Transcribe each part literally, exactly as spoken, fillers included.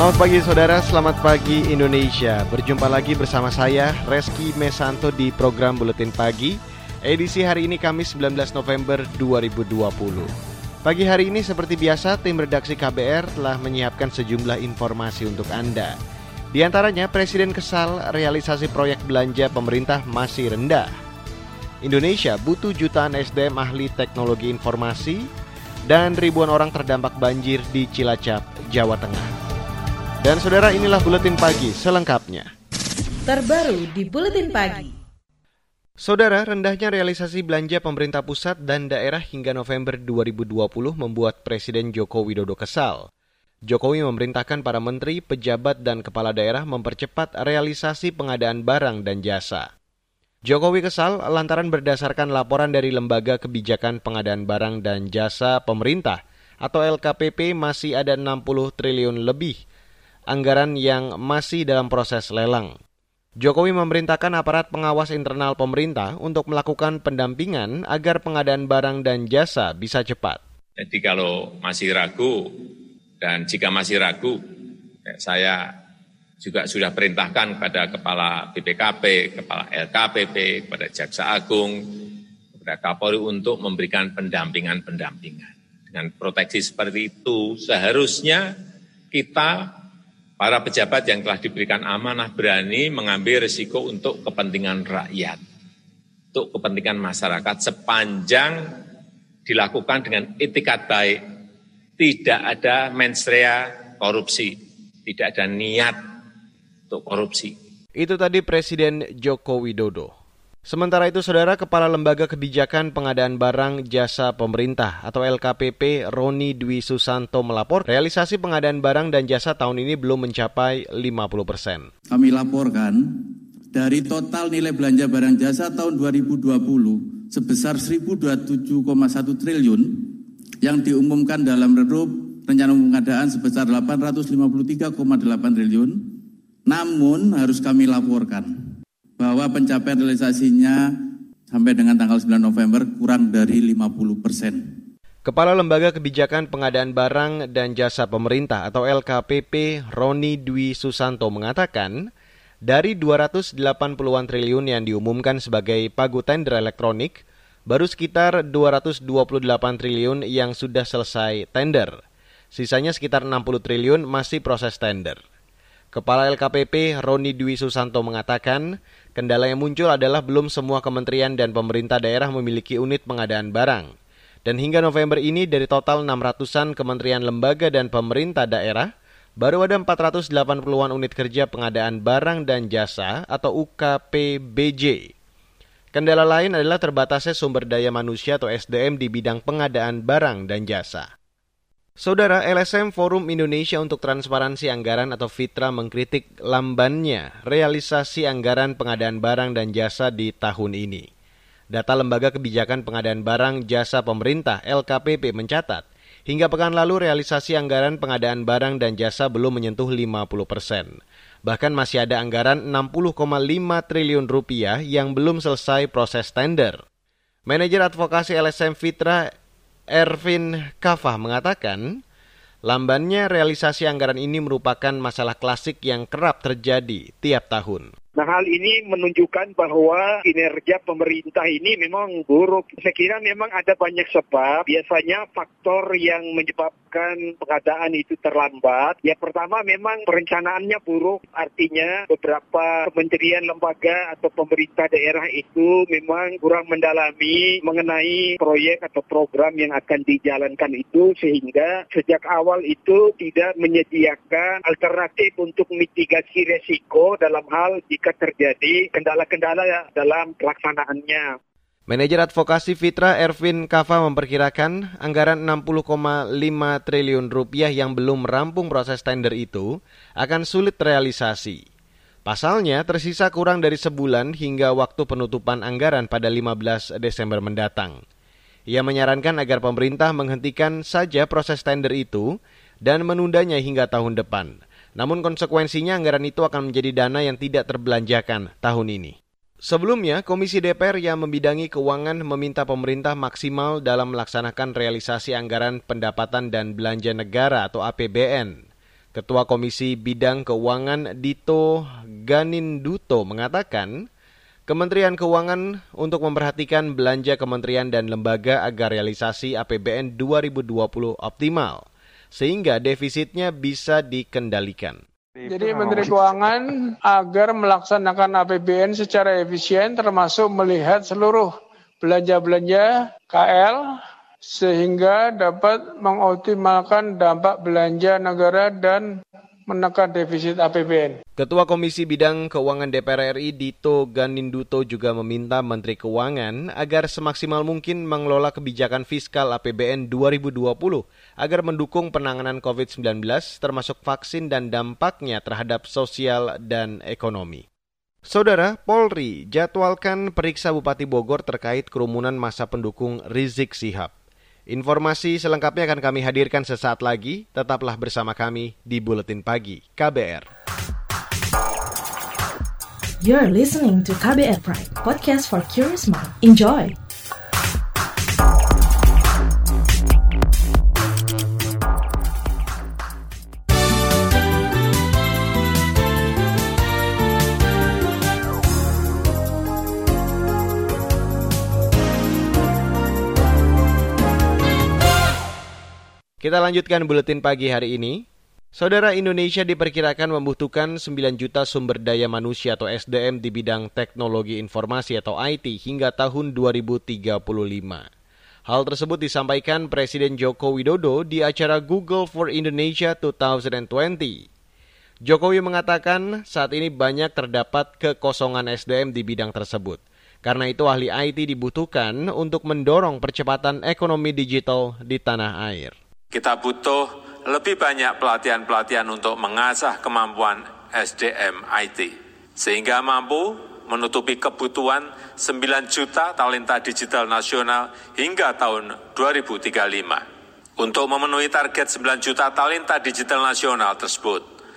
Selamat pagi saudara, selamat pagi Indonesia. Berjumpa lagi bersama saya, Reski Mesanto di program Buletin Pagi. Edisi hari ini Kamis sembilan belas November dua ribu dua puluh. Pagi hari ini seperti biasa, tim redaksi K B R telah menyiapkan sejumlah informasi untuk Anda. Di antaranya, Presiden kesal realisasi proyek belanja pemerintah masih rendah. Indonesia butuh jutaan S D M ahli teknologi informasi, dan ribuan orang terdampak banjir di Cilacap, Jawa Tengah. Dan saudara, inilah Buletin Pagi selengkapnya. Terbaru di Buletin Pagi. Saudara, rendahnya realisasi belanja pemerintah pusat dan daerah hingga November dua ribu dua puluh membuat Presiden Joko Widodo kesal. Jokowi memerintahkan para menteri, pejabat, dan kepala daerah mempercepat realisasi pengadaan barang dan jasa. Jokowi kesal lantaran berdasarkan laporan dari Lembaga Kebijakan Pengadaan Barang dan Jasa Pemerintah atau L K P P masih ada enam puluh triliun lebih anggaran yang masih dalam proses lelang. Jokowi memerintahkan aparat pengawas internal pemerintah untuk melakukan pendampingan agar pengadaan barang dan jasa bisa cepat. Jadi kalau masih ragu dan jika masih ragu, ya saya juga sudah perintahkan kepada Kepala B P K P, Kepala L K P P, kepada Jaksa Agung, kepada Kapolri untuk memberikan pendampingan-pendampingan. Dengan proteksi seperti itu, seharusnya kita para pejabat yang telah diberikan amanah berani mengambil risiko untuk kepentingan rakyat, untuk kepentingan masyarakat sepanjang dilakukan dengan itikat baik, tidak ada mensrea korupsi, tidak ada niat untuk korupsi. Itu tadi Presiden Joko Widodo. Sementara itu, saudara, Kepala Lembaga Kebijakan Pengadaan Barang Jasa Pemerintah atau L K P P Roni Dwi Susanto melapor realisasi pengadaan barang dan jasa tahun ini belum mencapai lima puluh persen. Kami laporkan dari total nilai belanja barang jasa tahun dua ribu dua puluh sebesar seribu dua puluh tujuh koma satu triliun yang diumumkan dalam rerup rencana pengadaan sebesar delapan ratus lima puluh tiga koma delapan triliun. Namun harus kami laporkan bahwa pencapaian realisasinya sampai dengan tanggal sembilan November kurang dari lima puluh persen. Kepala Lembaga Kebijakan Pengadaan Barang dan Jasa Pemerintah atau L K P P Roni Dwi Susanto mengatakan, dari dua ratus delapan puluhan triliun yang diumumkan sebagai pagu tender elektronik, baru sekitar dua ratus dua puluh delapan triliun yang sudah selesai tender. Sisanya sekitar enam puluh triliun masih proses tender. Kepala L K P P Roni Dwi Susanto mengatakan, kendala yang muncul adalah belum semua kementerian dan pemerintah daerah memiliki unit pengadaan barang. Dan hingga November ini dari total enam ratusan kementerian lembaga dan pemerintah daerah, baru ada empat ratus delapan puluhan unit kerja pengadaan barang dan jasa atau U K P B J. Kendala lain adalah terbatasnya sumber daya manusia atau S D M di bidang pengadaan barang dan jasa. Saudara, L S M Forum Indonesia untuk Transparansi Anggaran atau FITRA mengkritik lambannya realisasi anggaran pengadaan barang dan jasa di tahun ini. Data Lembaga Kebijakan Pengadaan Barang Jasa Pemerintah L K P P mencatat, hingga pekan lalu realisasi anggaran pengadaan barang dan jasa belum menyentuh lima puluh persen. Bahkan masih ada anggaran enam puluh koma lima triliun rupiah yang belum selesai proses tender. Manajer Advokasi L S M FITRA Ervin Kafah mengatakan, lambannya realisasi anggaran ini merupakan masalah klasik yang kerap terjadi tiap tahun. Nah, hal ini menunjukkan bahwa kinerja pemerintah ini memang buruk. Saya kira memang ada banyak sebab. Biasanya faktor yang menyebabkan pengadaan itu terlambat. Yang pertama memang perencanaannya buruk. Artinya beberapa kementerian, lembaga atau pemerintah daerah itu memang kurang mendalami mengenai proyek atau program yang akan dijalankan itu. Sehingga sejak awal itu tidak menyediakan alternatif untuk mitigasi resiko dalam hal jika terjadi kendala-kendala dalam pelaksanaannya. Manajer Advokasi FITRA Ervin Kafah memperkirakan anggaran enam puluh koma lima triliun rupiah yang belum rampung proses tender itu akan sulit realisasi. Pasalnya tersisa kurang dari sebulan hingga waktu penutupan anggaran pada lima belas Desember mendatang. Ia menyarankan agar pemerintah menghentikan saja proses tender itu dan menundanya hingga tahun depan. Namun konsekuensinya anggaran itu akan menjadi dana yang tidak terbelanjakan tahun ini. Sebelumnya, Komisi D P R yang membidangi keuangan meminta pemerintah maksimal dalam melaksanakan realisasi anggaran pendapatan dan belanja negara atau A P B N. Ketua Komisi Bidang Keuangan Dito Ganinduto mengatakan, Kementerian Keuangan untuk memperhatikan belanja kementerian dan lembaga agar realisasi A P B N dua ribu dua puluh optimal, sehingga defisitnya bisa dikendalikan. Jadi Menteri Keuangan agar melaksanakan A P B N secara efisien termasuk melihat seluruh belanja-belanja K L sehingga dapat mengoptimalkan dampak belanja negara dan menekan defisit A P B N. Ketua Komisi Bidang Keuangan D P R R I Dito Ganinduto juga meminta Menteri Keuangan agar semaksimal mungkin mengelola kebijakan fiskal A P B N dua ribu dua puluh agar mendukung penanganan covid sembilan belas termasuk vaksin dan dampaknya terhadap sosial dan ekonomi. Saudara, Polri jadwalkan periksa Bupati Bogor terkait kerumunan massa pendukung Rizik Syihab. Informasi selengkapnya akan kami hadirkan sesaat lagi. Tetaplah bersama kami di Buletin Pagi K B R. You're listening to K B R Pride, podcast for curious mind. Enjoy! Kita lanjutkan buletin pagi hari ini. Saudara, Indonesia diperkirakan membutuhkan sembilan juta sumber daya manusia atau S D M di bidang teknologi informasi atau I T hingga tahun dua ribu tiga puluh lima. Hal tersebut disampaikan Presiden Joko Widodo di acara Google for Indonesia dua ribu dua puluh. Jokowi mengatakan saat ini banyak terdapat kekosongan S D M di bidang tersebut. Karena itu ahli I T dibutuhkan untuk mendorong percepatan ekonomi digital di tanah air. Kita butuh lebih banyak pelatihan-pelatihan untuk mengasah kemampuan S D M I T, sehingga mampu menutupi kebutuhan sembilan juta talenta digital nasional hingga tahun dua ribu tiga puluh lima. Untuk memenuhi target sembilan juta talenta digital nasional tersebut,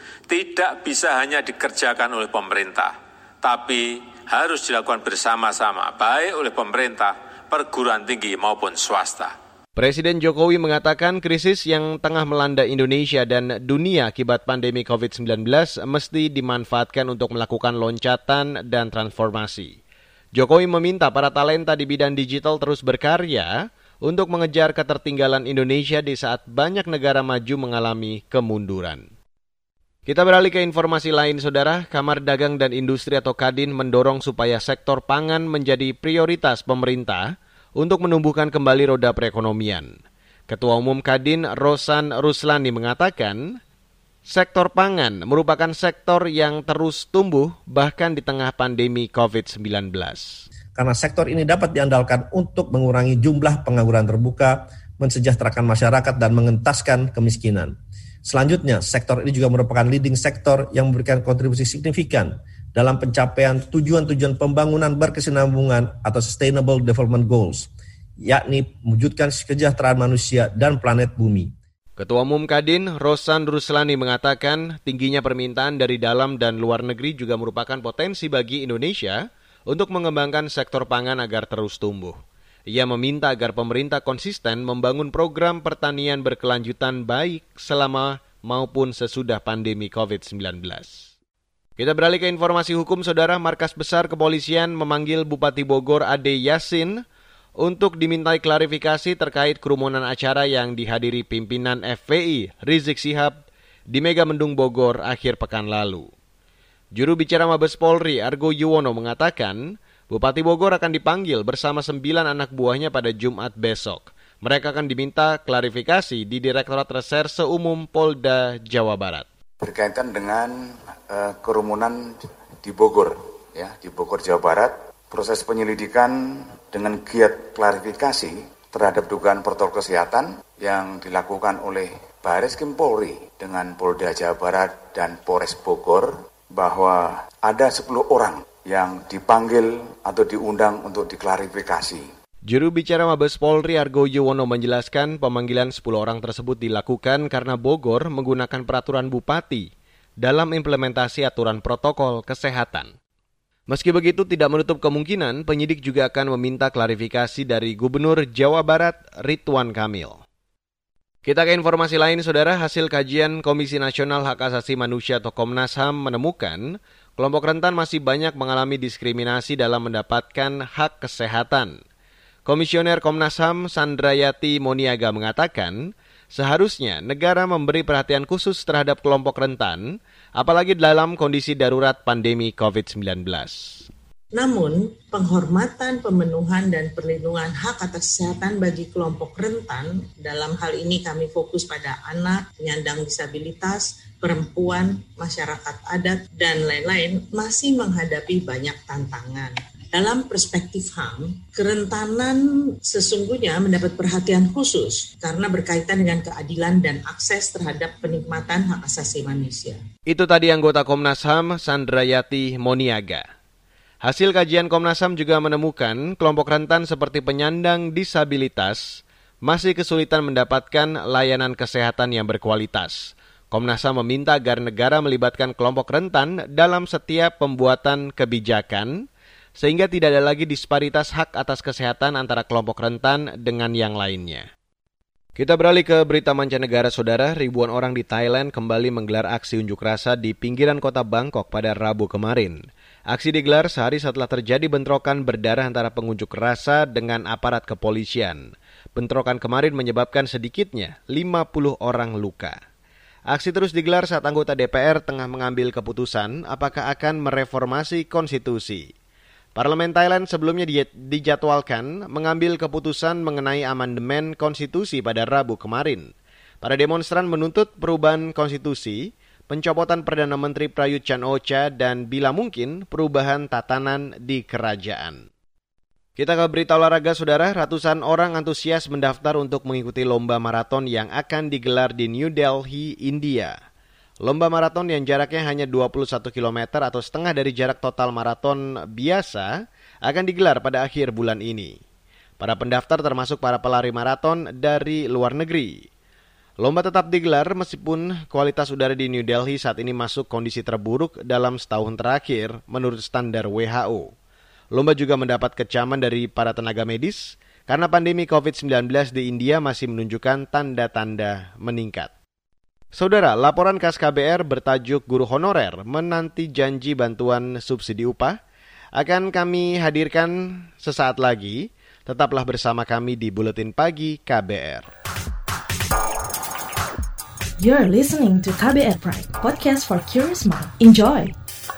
tidak bisa hanya dikerjakan oleh pemerintah, tapi harus dilakukan bersama-sama, baik oleh pemerintah, perguruan tinggi maupun swasta. Presiden Jokowi mengatakan krisis yang tengah melanda Indonesia dan dunia akibat pandemi covid sembilan belas mesti dimanfaatkan untuk melakukan loncatan dan transformasi. Jokowi meminta para talenta di bidang digital terus berkarya untuk mengejar ketertinggalan Indonesia di saat banyak negara maju mengalami kemunduran. Kita beralih ke informasi lain, Saudara. Kamar Dagang dan Industri atau Kadin mendorong supaya sektor pangan menjadi prioritas pemerintah untuk menumbuhkan kembali roda perekonomian. Ketua Umum Kadin Rosan Ruslani mengatakan, sektor pangan merupakan sektor yang terus tumbuh bahkan di tengah pandemi covid sembilan belas. Karena sektor ini dapat diandalkan untuk mengurangi jumlah pengangguran terbuka, mensejahterakan masyarakat dan mengentaskan kemiskinan. Selanjutnya, sektor ini juga merupakan leading sektor yang memberikan kontribusi signifikan dalam pencapaian tujuan-tujuan pembangunan berkesinambungan atau Sustainable Development Goals, yakni mewujudkan kesejahteraan manusia dan planet bumi. Ketua Umum Kadin Rosan Ruslani mengatakan tingginya permintaan dari dalam dan luar negeri juga merupakan potensi bagi Indonesia untuk mengembangkan sektor pangan agar terus tumbuh. Ia meminta agar pemerintah konsisten membangun program pertanian berkelanjutan baik selama maupun sesudah pandemi covid sembilan belas. Kita beralih ke informasi hukum, Saudara. Markas Besar Kepolisian memanggil Bupati Bogor Ade Yasin untuk dimintai klarifikasi terkait kerumunan acara yang dihadiri pimpinan F P I Rizik Syihab di Megamendung Bogor akhir pekan lalu. Juru bicara Mabes Polri Argo Yuwono mengatakan, Bupati Bogor akan dipanggil bersama sembilan anak buahnya pada Jumat besok. Mereka akan diminta klarifikasi di Direktorat Reserse Umum Polda Jawa Barat. Berkaitan dengan uh, kerumunan di Bogor, ya di Bogor Jawa Barat, proses penyelidikan dengan giat klarifikasi terhadap dugaan protokol kesehatan yang dilakukan oleh Bareskrim Polri dengan Polda Jawa Barat dan Polres Bogor, bahwa ada sepuluh orang yang dipanggil atau diundang untuk diklarifikasi. Juru bicara Mabes Polri Argo Yuwono menjelaskan pemanggilan sepuluh orang tersebut dilakukan karena Bogor menggunakan peraturan bupati dalam implementasi aturan protokol kesehatan. Meski begitu, tidak menutup kemungkinan penyidik juga akan meminta klarifikasi dari Gubernur Jawa Barat Ridwan Kamil. Kita ke informasi lain, Saudara. Hasil kajian Komisi Nasional Hak Asasi Manusia atau Komnas H A M menemukan kelompok rentan masih banyak mengalami diskriminasi dalam mendapatkan hak kesehatan. Komisioner Komnas H A M Sandrayati Moniaga mengatakan, seharusnya negara memberi perhatian khusus terhadap kelompok rentan, apalagi dalam kondisi darurat pandemi covid sembilan belas. Namun, penghormatan, pemenuhan, dan perlindungan hak atas kesehatan bagi kelompok rentan, dalam hal ini kami fokus pada anak, penyandang disabilitas, perempuan, masyarakat adat, dan lain-lain, masih menghadapi banyak tantangan. Dalam perspektif H A M, kerentanan sesungguhnya mendapat perhatian khusus karena berkaitan dengan keadilan dan akses terhadap penikmatan hak asasi manusia. Itu tadi anggota Komnas H A M Sandrayati Moniaga. Hasil kajian Komnas H A M juga menemukan kelompok rentan seperti penyandang disabilitas masih kesulitan mendapatkan layanan kesehatan yang berkualitas. Komnas H A M meminta agar negara melibatkan kelompok rentan dalam setiap pembuatan kebijakan, sehingga tidak ada lagi disparitas hak atas kesehatan antara kelompok rentan dengan yang lainnya. Kita beralih ke berita mancanegara, Saudara. Ribuan orang di Thailand kembali menggelar aksi unjuk rasa di pinggiran kota Bangkok pada Rabu kemarin. Aksi digelar sehari setelah terjadi bentrokan berdarah antara pengunjuk rasa dengan aparat kepolisian. Bentrokan kemarin menyebabkan sedikitnya lima puluh orang luka. Aksi terus digelar saat anggota D P R tengah mengambil keputusan apakah akan mereformasi konstitusi. Parlemen Thailand sebelumnya dijadwalkan mengambil keputusan mengenai amandemen konstitusi pada Rabu kemarin. Para demonstran menuntut perubahan konstitusi, pencopotan Perdana Menteri Prayut Chan-o-cha, dan bila mungkin perubahan tatanan di kerajaan. Kita ke berita olahraga, Saudara. Ratusan orang antusias mendaftar untuk mengikuti lomba maraton yang akan digelar di New Delhi, India. Lomba maraton yang jaraknya hanya dua puluh satu kilometer atau setengah dari jarak total maraton biasa akan digelar pada akhir bulan ini. Para pendaftar termasuk para pelari maraton dari luar negeri. Lomba tetap digelar meskipun kualitas udara di New Delhi saat ini masuk kondisi terburuk dalam setahun terakhir menurut standar W H O. Lomba juga mendapat kecaman dari para tenaga medis karena pandemi covid sembilan belas di India masih menunjukkan tanda-tanda meningkat. Saudara, laporan khas K B R bertajuk Guru Honorer menanti janji bantuan subsidi upah akan kami hadirkan sesaat lagi. Tetaplah bersama kami di Buletin Pagi K B R. You're listening to K B R Pride, podcast for curious mind. Enjoy!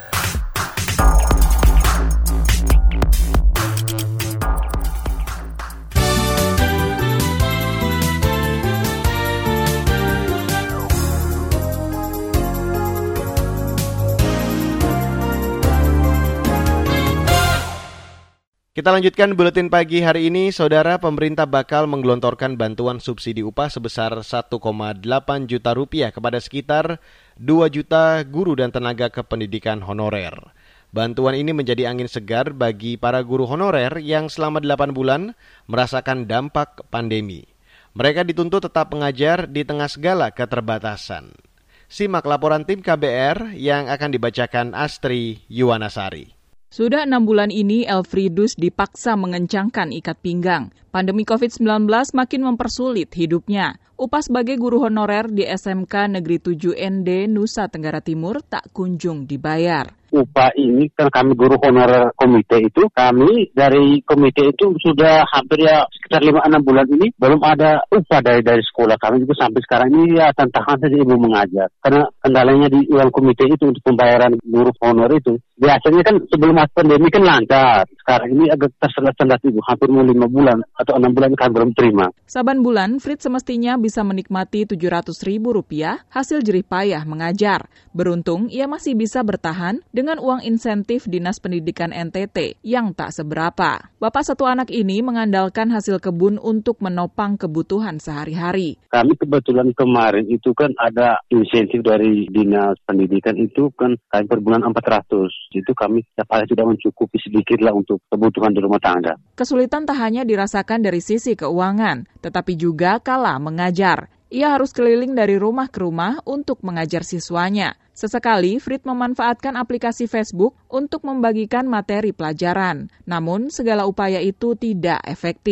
Kita lanjutkan buletin pagi hari ini, Saudara. Pemerintah bakal menggelontorkan bantuan subsidi upah sebesar satu koma delapan juta rupiah kepada sekitar dua juta guru dan tenaga kependidikan honorer. Bantuan ini menjadi angin segar bagi para guru honorer yang selama delapan bulan merasakan dampak pandemi. Mereka dituntut tetap mengajar di tengah segala keterbatasan. Simak laporan tim K B R yang akan dibacakan Astri Yuwanasari. Sudah enam bulan ini, Elfridus dipaksa mengencangkan ikat pinggang. Pandemi covid sembilan belas makin mempersulit hidupnya. Upah sebagai guru honorer di S M K Negeri tujuh N D Nusa Tenggara Timur tak kunjung dibayar. Upah ini kan kami guru honorer komite itu, kami dari komite itu sudah hampir ya sekitar lima enam bulan ini belum ada upah dari dari sekolah kami juga sampai sekarang ini ya tantangan saja ibu mengajar. Karena kendalanya di uang komite itu untuk pembayaran guru honorer itu. Biasanya kan sebelum pandemi kan lancar. Sekarang ini agak tersendat-sendat ibu, hampir mau lima bulan atau enam bulan kan belum terima. Saban bulan, Fritz semestinya bisa menikmati tujuh ratus ribu rupiah hasil jerih payah mengajar. Beruntung, ia masih bisa bertahan dengan uang insentif Dinas Pendidikan N T T yang tak seberapa. Bapak satu anak ini mengandalkan hasil kebun untuk menopang kebutuhan sehari-hari. Kami kebetulan kemarin itu kan ada insentif dari Dinas Pendidikan itu kan kami per bulan empat ratus. Itu kami dapat sudah mencukupi sedikit lah untuk kebutuhan di rumah tangga. Kesulitan tak hanya dirasakan dari sisi keuangan, tetapi juga kala mengajar. Ia harus keliling dari rumah ke rumah untuk mengajar siswanya. Sesekali, Frit memanfaatkan aplikasi Facebook untuk membagikan materi pelajaran. Namun, segala upaya itu tidak efektif.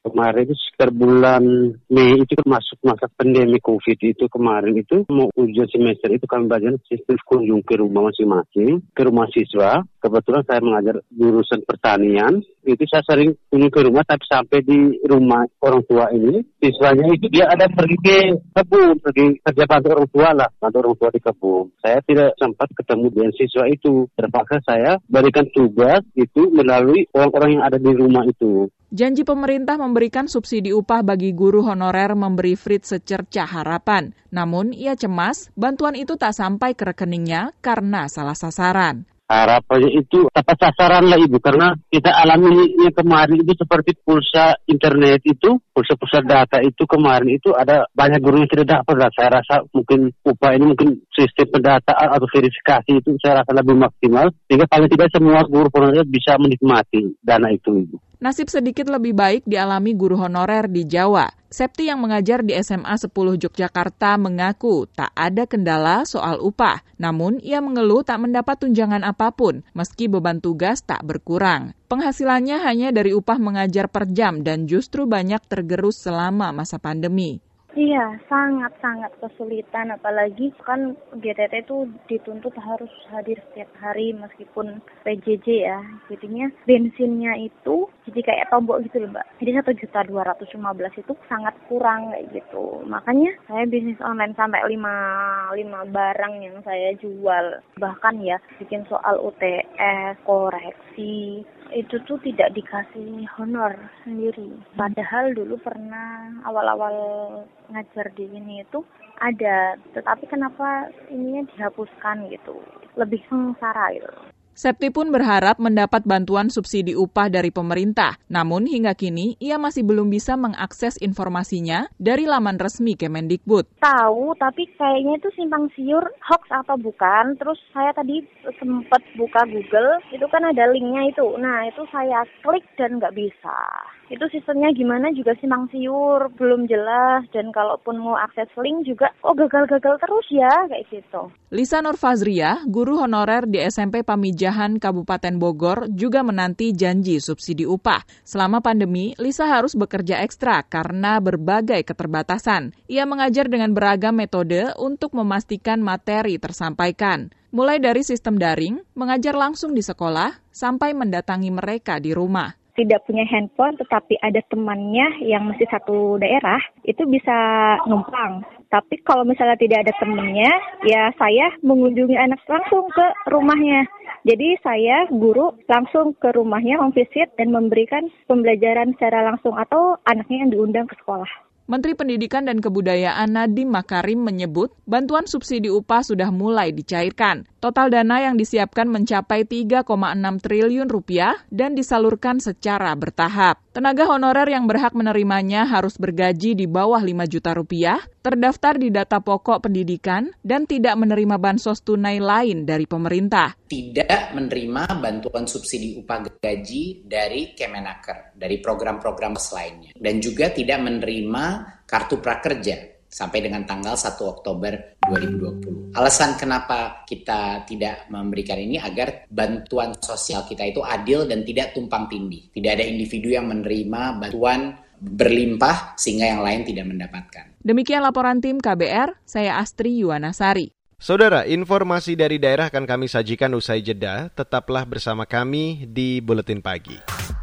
Kemarin itu sekitar bulan Mei itu masuk masa pandemi COVID itu kemarin itu mau ujian semester itu kami belajar sistem kunjung ke rumah masing-masing, ke rumah siswa. Kebetulan saya mengajar jurusan pertanian, itu saya sering kunjung ke rumah, tapi sampai di rumah orang tua ini, siswanya itu dia ada pergi ke kebun, pergi kerja bantu orang tua lah, bantu orang tua di kebun. Saya tidak sempat ketemu dengan siswa itu, terpaksa saya berikan tugas itu melalui orang-orang yang ada di rumah itu. Janji pemerintah memberikan subsidi upah bagi guru honorer memberi Fritz secercah harapan. Namun, ia cemas bantuan itu tak sampai ke rekeningnya karena salah sasaran. Harapannya itu tepat sasaran lah Ibu, karena kita alami yang kemarin itu seperti pulsa internet itu, pulsa-pulsa data itu kemarin itu ada banyak guru yang tidak dapat. Saya rasa mungkin upah ini mungkin sistem pendataan atau verifikasi itu saya rasa lebih maksimal, sehingga paling tidak semua guru honorer bisa menikmati dana itu Ibu. Nasib sedikit lebih baik dialami guru honorer di Jawa. Septi yang mengajar di S M A sepuluh Yogyakarta mengaku tak ada kendala soal upah. Namun, ia mengeluh tak mendapat tunjangan apapun, meski beban tugas tak berkurang. Penghasilannya hanya dari upah mengajar per jam dan justru banyak tergerus selama masa pandemi. Iya, sangat-sangat kesulitan, apalagi kan G T T itu dituntut harus hadir setiap hari meskipun P J J ya. Jadinya bensinnya itu jadi kayak tombol gitu loh Mbak. Jadi satu juta dua ratus lima belas itu sangat kurang kayak gitu. Makanya saya bisnis online sampai lima, lima barang yang saya jual. Bahkan ya bikin soal U T S, koreksi, itu tuh tidak dikasih honor sendiri. Padahal dulu pernah awal-awal ngajar di sini itu ada, tetapi kenapa ininya dihapuskan gitu, lebih sengsara gitu. Septi pun berharap mendapat bantuan subsidi upah dari pemerintah. Namun hingga kini ia masih belum bisa mengakses informasinya dari laman resmi Kemendikbud. Tahu, tapi kayaknya itu simpang siur, hoax atau bukan. Terus saya tadi sempat buka Google, itu kan ada linknya itu. Nah itu saya klik dan nggak bisa. Itu sistemnya gimana juga simpang siur, belum jelas. Dan kalaupun mau akses link juga, oh gagal-gagal terus ya, kayak gitu. Lisa Nurfazria, guru honorer di S M P Pamijahan Kabupaten Bogor, juga menanti janji subsidi upah. Selama pandemi, Lisa harus bekerja ekstra karena berbagai keterbatasan. Ia mengajar dengan beragam metode untuk memastikan materi tersampaikan. Mulai dari sistem daring, mengajar langsung di sekolah, sampai mendatangi mereka di rumah. Tidak punya handphone tetapi ada temannya yang masih satu daerah, itu bisa numpang. Tapi kalau misalnya tidak ada temannya, ya saya mengunjungi anak langsung ke rumahnya. Jadi saya guru langsung ke rumahnya home visit dan memberikan pembelajaran secara langsung atau anaknya yang diundang ke sekolah. Menteri Pendidikan dan Kebudayaan Nadiem Makarim menyebut bantuan subsidi upah sudah mulai dicairkan. Total dana yang disiapkan mencapai tiga koma enam triliun rupiah dan disalurkan secara bertahap. Tenaga honorer yang berhak menerimanya harus bergaji di bawah lima juta rupiah, terdaftar di data pokok pendidikan, dan tidak menerima bansos tunai lain dari pemerintah. Tidak menerima bantuan subsidi upah gaji dari Kemenaker, dari program-program lainnya. Dan juga tidak menerima kartu prakerja sampai dengan tanggal satu Oktober dua ribu dua puluh. Alasan kenapa kita tidak memberikan ini agar bantuan sosial kita itu adil dan tidak tumpang tindih. Tidak ada individu yang menerima bantuan berlimpah sehingga yang lain tidak mendapatkan. Demikian laporan tim K B R, saya Astri Yuwanasari. Saudara, informasi dari daerah akan kami sajikan usai jeda. Tetaplah bersama kami di Buletin Pagi.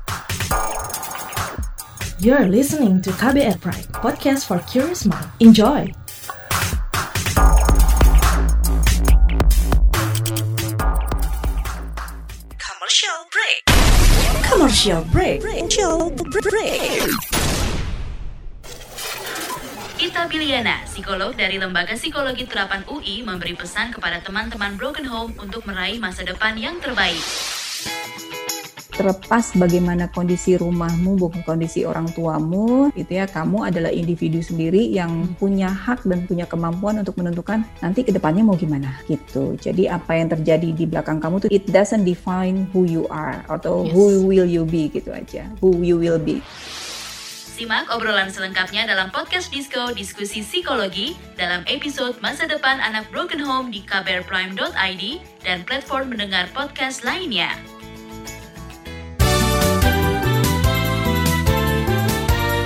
You're listening to K B R Pride, podcast for curious mind. Enjoy! Commercial break. Commercial break. Commercial break. Ita Biliana, psikolog dari Lembaga Psikologi Terapan U I, memberi pesan kepada teman-teman Broken Home untuk meraih masa depan yang terbaik. Terlepas bagaimana kondisi rumahmu, bukan kondisi orang tuamu, itu ya, kamu adalah individu sendiri yang punya hak dan punya kemampuan untuk menentukan nanti ke depannya mau gimana gitu. Jadi apa yang terjadi di belakang kamu tuh it doesn't define who you are atau yes. who will you be gitu aja. Who you will be. Simak obrolan selengkapnya dalam podcast Disko Diskusi Psikologi dalam episode Masa Depan Anak Broken Home di k b r prime dot i d dan platform mendengar podcast lainnya.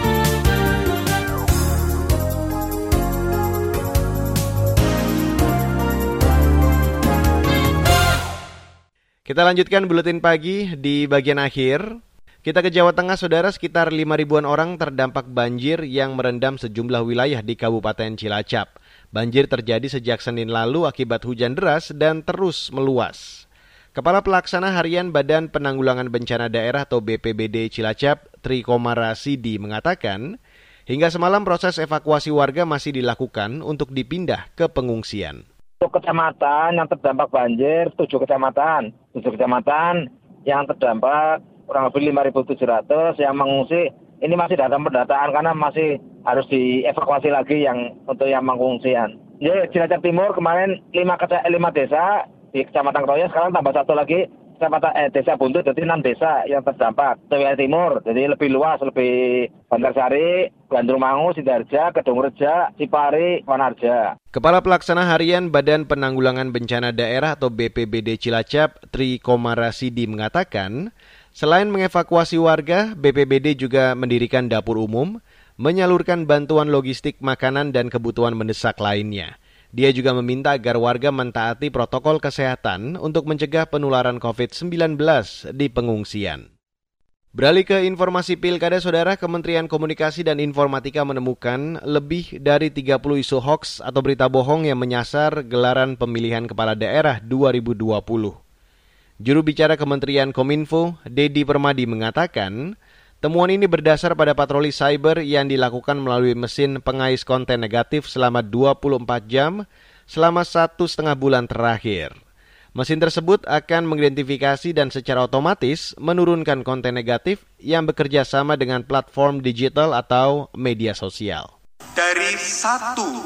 Kita lanjutkan buletin pagi di bagian akhir. Kita ke Jawa Tengah, saudara. Sekitar lima ribuan orang terdampak banjir yang merendam sejumlah wilayah di Kabupaten Cilacap. Banjir terjadi sejak Senin lalu akibat hujan deras dan terus meluas. Kepala Pelaksana Harian Badan Penanggulangan Bencana Daerah atau B P B D Cilacap, Tri Komarasidi, mengatakan, hingga semalam proses evakuasi warga masih dilakukan untuk dipindah ke pengungsian. Untuk kecamatan yang terdampak banjir, tujuh kecamatan. tujuh kecamatan yang terdampak kurang lebih lima ribu tujuh ratus yang mengungsi. Ini masih dalam pendataan karena masih harus dievakuasi lagi yang untuk yang mengungsian. Jadi Cilacap Timur kemarin lima, lima desa di Kecamatan Kroya, sekarang tambah satu lagi Kecamatan eh, Desa Buntut, jadi enam desa yang terdampak. Wilayah Timur, jadi lebih luas, lebih Bantarsari, Gandrumangu, Sidoarjo, Kedungreja, Cipari, Wanarja. Kepala Pelaksana Harian Badan Penanggulangan Bencana Daerah atau B P B D Cilacap, Tri Komarasidi, mengatakan, selain mengevakuasi warga, B P B D juga mendirikan dapur umum, menyalurkan bantuan logistik makanan dan kebutuhan mendesak lainnya. Dia juga meminta agar warga mentaati protokol kesehatan untuk mencegah penularan covid sembilan belas di pengungsian. Beralih ke informasi pilkada, saudara. Kementerian Komunikasi dan Informatika menemukan lebih dari tiga puluh isu hoaks atau berita bohong yang menyasar gelaran pemilihan kepala daerah dua ribu dua puluh. Juru bicara Kementerian Kominfo, Dedi Permadi, mengatakan, temuan ini berdasar pada patroli cyber yang dilakukan melalui mesin pengais konten negatif selama dua puluh empat jam selama satu setengah bulan terakhir. Mesin tersebut akan mengidentifikasi dan secara otomatis menurunkan konten negatif yang bekerja sama dengan platform digital atau media sosial. Dari satu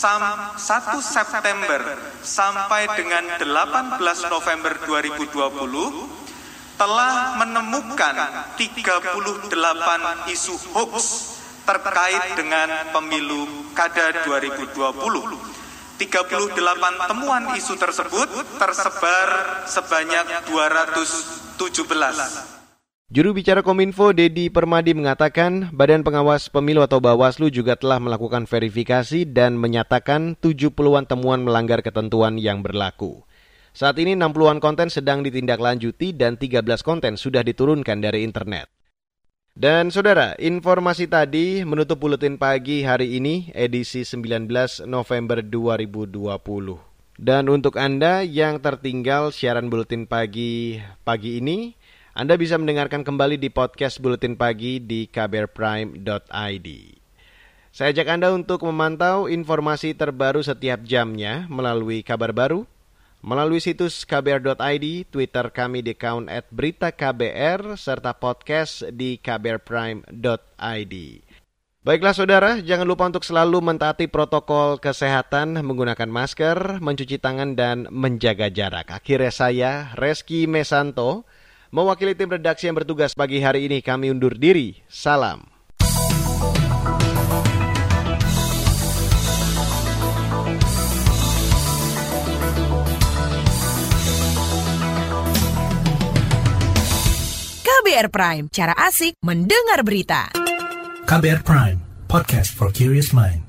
September sampai dengan delapan belas November dua ribu dua puluh telah menemukan tiga puluh delapan isu hoax terkait dengan pemilu Kada dua ribu dua puluh. tiga puluh delapan temuan isu tersebut tersebar sebanyak dua ratus tujuh belas. Juru bicara Kominfo, Dedi Permadi, mengatakan Badan Pengawas Pemilu atau Bawaslu juga telah melakukan verifikasi dan menyatakan tujuh puluhan temuan melanggar ketentuan yang berlaku. Saat ini enam puluhan konten sedang ditindaklanjuti dan tiga belas konten sudah diturunkan dari internet. Dan saudara, informasi tadi menutup buletin pagi hari ini edisi sembilan belas November dua ribu dua puluh. Dan untuk Anda yang tertinggal siaran buletin pagi pagi ini, Anda bisa mendengarkan kembali di podcast buletin pagi di k b r prime dot i d. Saya ajak Anda untuk memantau informasi terbaru setiap jamnya melalui kabar baru, melalui situs k b r dot i d, Twitter kami di account at berita K B R, serta podcast di k b r prime dot i d. Baiklah saudara, jangan lupa untuk selalu mentaati protokol kesehatan, menggunakan masker, mencuci tangan, dan menjaga jarak. Akhirnya saya, Reski Mesanto, mewakili tim redaksi yang bertugas pagi hari ini, kami undur diri. Salam. K B R Prime, cara asik mendengar berita. K B R Prime, podcast for curious mind.